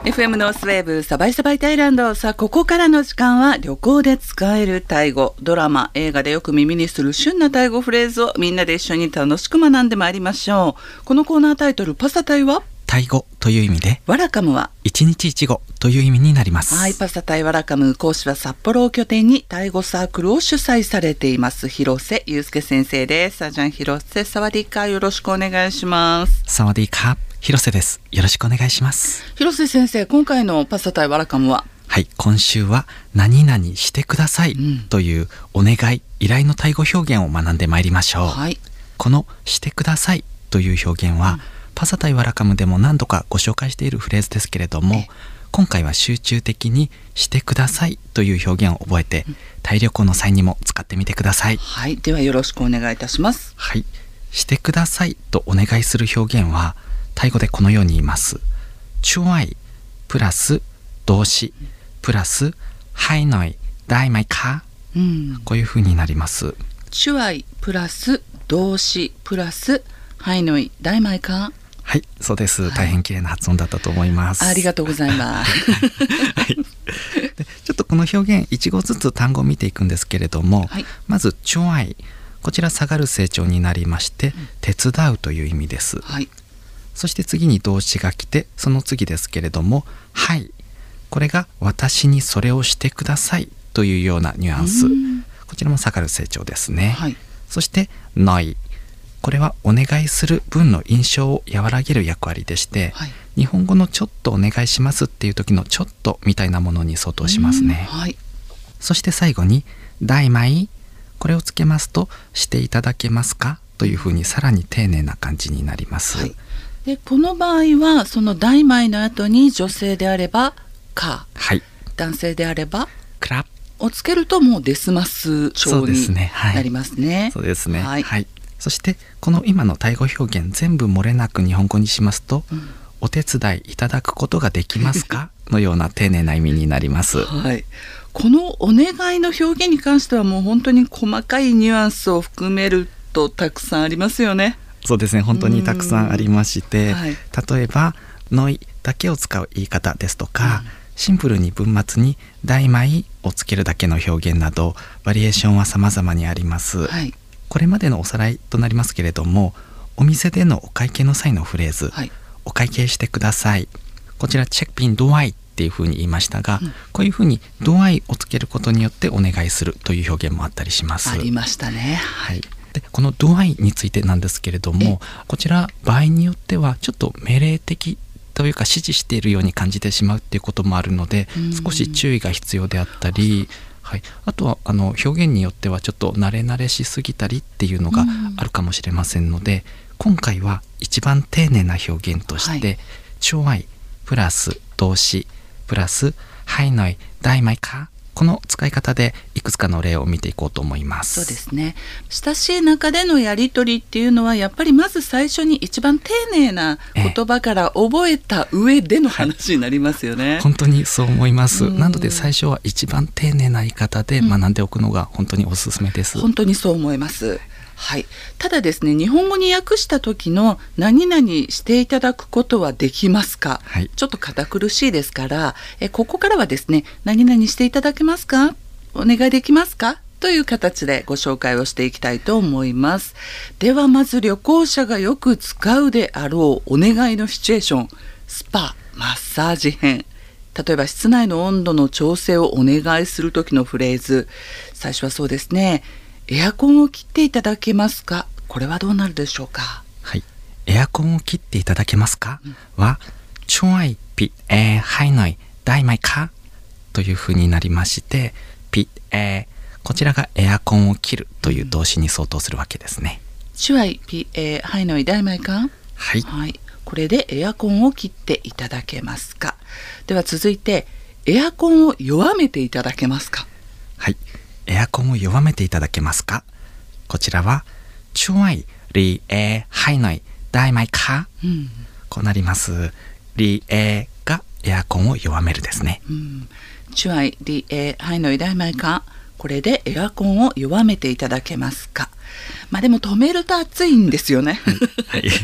FM ノースウェーブサバイサバイタイランド。さあ、ここからの時間は旅行で使えるタイ語、ドラマ映画でよく耳にする旬なタイ語フレーズをみんなで一緒に楽しく学んでまいりましょう。このコーナータイトルパサタイはタイ語という意味で、 ワラカムは一日一語という意味になります。 はい、パサタイワラカム講師は札幌を拠点にタイ語サークルを主催されています広瀬祐介先生です。じゃん広瀬、サワディーカー、よろしくお願いします。 サワディーカー、広瀬です。よろしくお願いします。 広瀬先生、今回のパサタイワラカムは、 はい、今週は何々してくださいというお願い、依頼のタイ語表現を学んでまいりましょう。 はい、 このしてくださいという表現は、パサタイワラカムでも何度かご紹介しているフレーズですけれども、今回は集中的にしてくださいという表現を覚えて、タイ旅行の際にも使ってみてください。 はい、ではよろしくお願いいたします。 はい、してくださいとお願いする表現はタイ語でこのように言います。チュアイプラス動詞プラスはいのいだいまいか、こういう風になります。 チュアイプラス動詞プラスはいのいだいまいか。 はい、そうです。大変綺麗な発音だったと思います。 ありがとうございます。 はい、でちょっとこの表現一語ずつ単語を見ていくんですけれども、 はい、 まずチュアイ、こちら下がる成長になりまして、手伝うという意味です。 はい、 そして次に動詞が来て、その次ですけれども、はい、これが私にそれをしてくださいというようなニュアンス、こちらも下がる成長ですね。 はい、 そしてのい、これはお願いする文の印象を和らげる役割でして、はい、日本語のちょっとお願いしますっていう時のちょっとみたいなものに相当しますね。 はい、 そして最後にだいまい、これをつけますとしていただけますかというふうにさらに丁寧な感じになります。 はい、でこの場合はそのだいまいの後に女性であればか、 はい、 男性であればクラをつけるともうデスマス調になりますね。 そうですね。 はい、 はい、そしてこの今のタイ語表現全部漏れなく日本語にしますと、お手伝いいただくことができますかのような丁寧な意味になります。 はい、このお願いの表現に関してはもう本当に細かいニュアンスを含めるとたくさんありますよね。 そうですね、本当にたくさんありまして、 はい、 例えばのいだけを使う言い方ですとか、シンプルに文末にだいまいをつけるだけの表現などバリエーションは様々にあります。 はい、 これまでのおさらいとなりますけれども、お店でのお会計の際のフレーズ、はい、お会計してください、こちらチェックピンドアイっていうふうに言いましたが、こういうふうにドアイをつけることによってお願いするという表現もあったりします。 ありましたね。 はい、でこのドアイについてなんですけれども、こちら場合によってはちょっと命令的というか指示しているように感じてしまうっていうこともあるので、少し注意が必要であったり、はい、あとは表現によってはちょっと慣れ慣れしすぎたりっていうのがあるかもしれませんので、今回は一番丁寧な表現として、チョアイプラス動詞プラスはいのいだいまいか、この使い方でいくつかの例を見ていこうと思います。 そうですね。親しい中でのやり取りっていうのはやっぱりまず最初に一番丁寧な言葉から覚えた上での話になりますよね。 はい、本当にそう思います。なので最初は一番丁寧な言い方で学んでおくのが本当におすすめです。 本当にそう思います。はい、ただですね、日本語に訳した時の何々していただくことはできますか、はい、ちょっと堅苦しいですから、ここからはですね、何々していただけますか、お願いできますかという形でご紹介をしていきたいと思います。ではまず旅行者がよく使うであろうお願いのシチュエーション、スパマッサージ編。例えば室内の温度の調整をお願いする時のフレーズ、最初はそうですね、エアコンを切っていただけますか、これはどうなるでしょうか。 はい、エアコンを切っていただけますか、はチョアイピエはいのいだいまいかというふうになりまして、ピこちらがエアコンを切るという動詞に相当するわけですね。 チュアイピはいのいだいまいか、 はい、 はい、これでエアコンを切っていただけますか。では続いてエアコンを弱めていただけますか。 はい、エアコンを弱めていただけますか。こちらはチュアイリはいのいだいまいか、こうなります。リがエアコンを弱めるですね。 チュアイリはいのいだいまいか、これでエアコンを弱めていただけますか。まあでも止めると暑いんですよね。 はい、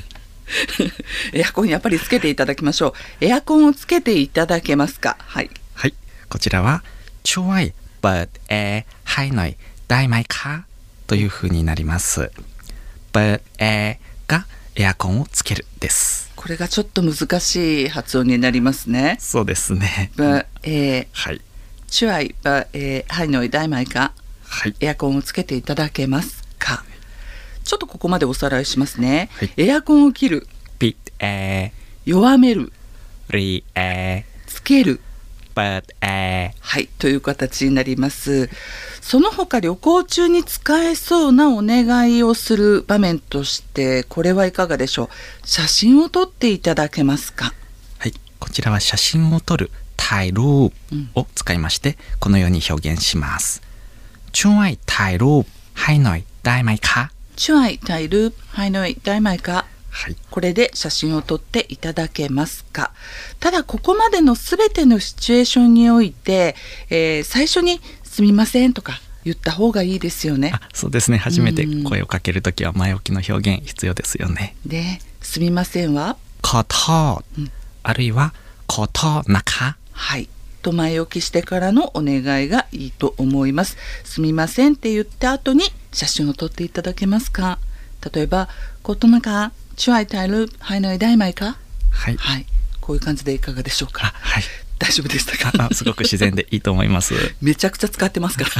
エアコンやっぱりつけていただきましょう。エアコンをつけていただけますか。はい。 はい。こちらはช่วยเปิดแอร์ให้หน่อยได้ไหมคะというふうになります。เปิดแอร์がエアコンをつけるです。 これがちょっと難しい発音になりますね。 そうですね。 はい。 ช่วยเปิดแอร์ให้หน่อยได้ไหมか。 はい。 エアコンをつけていただけますか。ちょっとここまでおさらいしますね。 はい、 エアコンを切る、 ปิดแอร์弱める、 รีแอร์つける、 เปิดแอร์はいという形になります。その他旅行中に使えそうなお願いをする場面としてこれはいかがでしょう。写真を撮っていただけますか。 はい、こちらは写真を撮るถ่ายรูปを使いまして、このように表現します。ช่วยถ่ายรูปให้หน่อยได้ไหมคะช่วยถ่ายรูปให้หน่อยได้ไหมか。 はい、 これで写真を撮っていただけますか。ただここまでのすべてのシチュエーションにおいて、最初にすみませんとか言った方がいいですよね。 そうですね。初めて声をかけるときは前置きの表現必要ですよね。 で、すみませんはขอโทษ、あるいはขอโทษนะคะ。 はい。と前置きしてからのお願いがいいと思います。すみませんって言った後に写真を撮っていただけますか。例えば、ことなかช่วยถ่ายรูปให้หน่อยได้ไหมか。 はい。 はい。こういう感じでいかがでしょうか。 はい。 大丈夫でしたか。 すごく自然でいいと思います。 めちゃくちゃ使ってますから。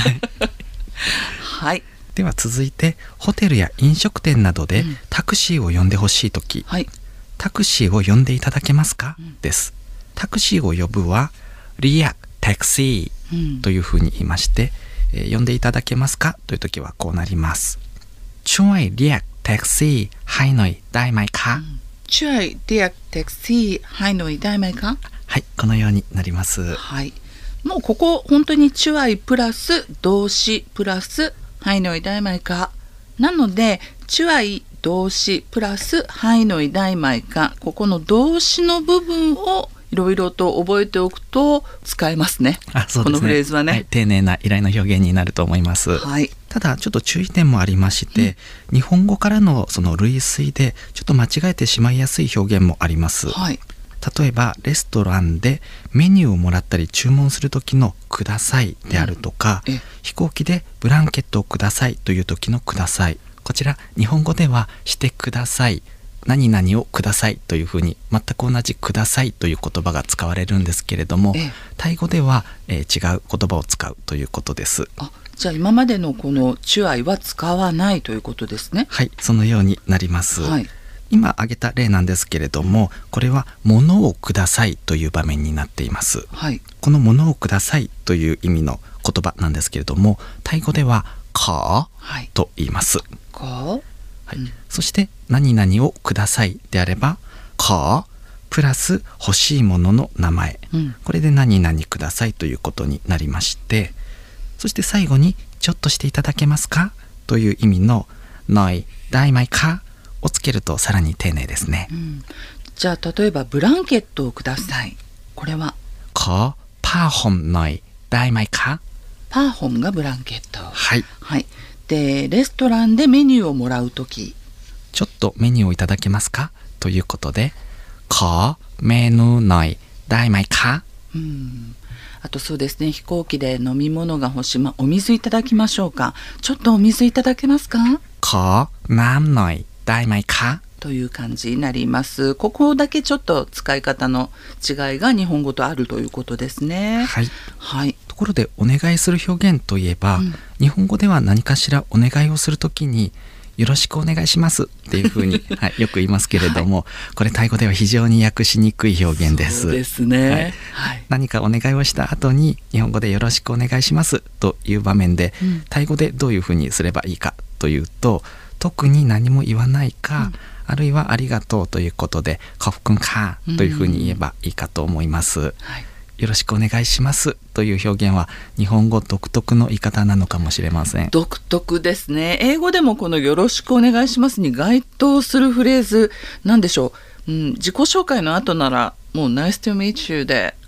はい。 では続いて、ホテルや飲食店などでタクシーを呼んでほしいとき、 はい、 タクシーを呼んでいただけますか、です。タクシーを呼ぶはリヤタクシーというふうに言いまして、呼んでいただけますかというときはこうなります。ช่วยเรียกแท็กซี่ให้หน่อยได้ไหมคะช่วยเรียกแท็กซี่ให้หน่อยได้ไหมか。 はい、このようになります。 はい。もうここ本当にチュアイプラス動詞プラスはいのいだいまいかなのでチュアイ動詞プラスはいのいだいまいか、ここの動詞の部分をいろいろと覚えておくと使えますね。 そうですね。 このフレーズはね、 はい、丁寧な依頼の表現になると思います。 はい、 ただちょっと注意点もありまして、日本語からのその類推でちょっと間違えてしまいやすい表現もあります。 はい、 例えばレストランでメニューをもらったり注文する時のくださいであるとか、飛行機でブランケットをくださいという時のください、こちら日本語ではしてください、何々をくださいというふうに全く同じくださいという言葉が使われるんですけれども、タイ語では、違う言葉を使うということです。 じゃあ今までのこのチュアイは使わないということですね。 はい、そのようになります。 はい、 今挙げた例なんですけれども、これは物をくださいという場面になっています。 はい、 この物をくださいという意味の言葉なんですけれども、タイ語ではขอと言います。 ขอ、 はい、そして何々をくださいであればขอプラス欲しいものの名前、これで何々くださいということになりまして、そして最後にちょっとしていただけますかという意味のหน่อยได้ไหมかをつけるとさらに丁寧ですね。 じゃあ例えばブランケットをください、これはขอผ้าห่มหน่อยได้ไหมか。 ผ้าห่มがブランケット。 はい、 はい、でレストランでメニューをもらうとき、 ちょっとメニューをいただけますかということでขอเมนูหน่อยได้ไหมか。 あとそうですね、飛行機で飲み物が欲しい、お水いただきましょうか、ちょっとお水いただけますか。 ขอน้ำหน่อยได้ไหมかという感じになります。ここだけちょっと使い方の違いが日本語とあるということですね。 はい、 はい、 ところでお願いする表現といえば、日本語では何かしらお願いをするときによろしくお願いしますっていうふうに、よく言いますけれども、これタイ語では非常に訳しにくい表現です。 そうですね。 何かお願いをした後に日本語でよろしくお願いしますという場面で、タイ語でどういうふうにすればいいかというと、特に何も言わないか、あるいはありがとうということでขอบคุณค่ะというふうに言えばいいかと思います。よろしくお願いしますという表現は日本語独特の言い方なのかもしれません。 独特ですね。英語でもこのよろしくお願いしますに該当するフレーズなんでしょう。自己紹介の後ならもう Nice to meet you で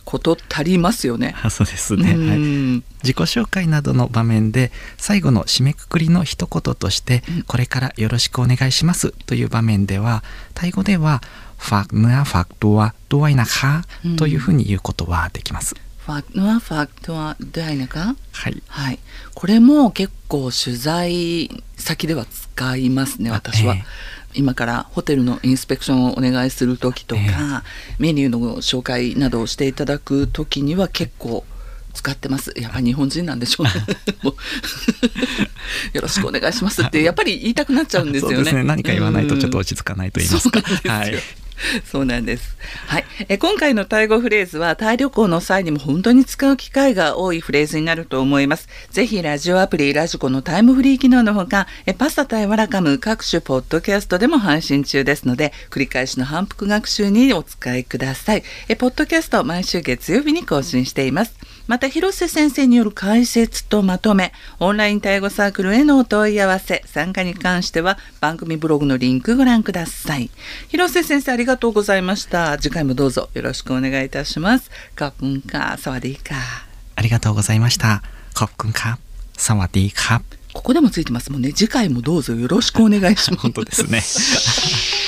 こと足りますよね。 そうですね、はい、自己紹介などの場面で最後の締めくくりの一言として、これからよろしくお願いしますという場面では、タイ語ではฝากเนื้อฝากตัวด้วยนะคะというふうに言うことはできます。 ファクトファクトはどういなか、 はい、はい、 これも結構取材先では使いますね、私は。今からホテルのインスペクションをお願いする時とか、メニューの紹介などをしていただく時には結構使ってます。やっぱり日本人なんでしょうねよろしくお願いしますってやっぱり言いたくなっちゃうんですよね。 そうですね、何か言わないとちょっと落ち着かないと言いますか。 そうなんです。はい、今回のタイ語フレーズはタイ旅行の際にも本当に使う機会が多いフレーズになると思います。ぜひラジオアプリラジコのタイムフリー機能のほか、パスタタイワラカム各種ポッドキャストでも配信中ですので、繰り返しの反復学習にお使いください。ポッドキャスト毎週月曜日に更新しています。また広瀬先生による解説とまとめ、オンラインタイ語サークルへのお問い合わせ、参加に関しては番組ブログのリンクご覧ください。広瀬先生ありがとうございました。次回もどうぞよろしくお願いいたします。ขอบคุณค่ะสวัสดีค่ะ。 ありがとうございました。ขอบคุณครับสวัสดีครับ。 ここでもついてますもんね。次回もどうぞよろしくお願いします。 本当ですね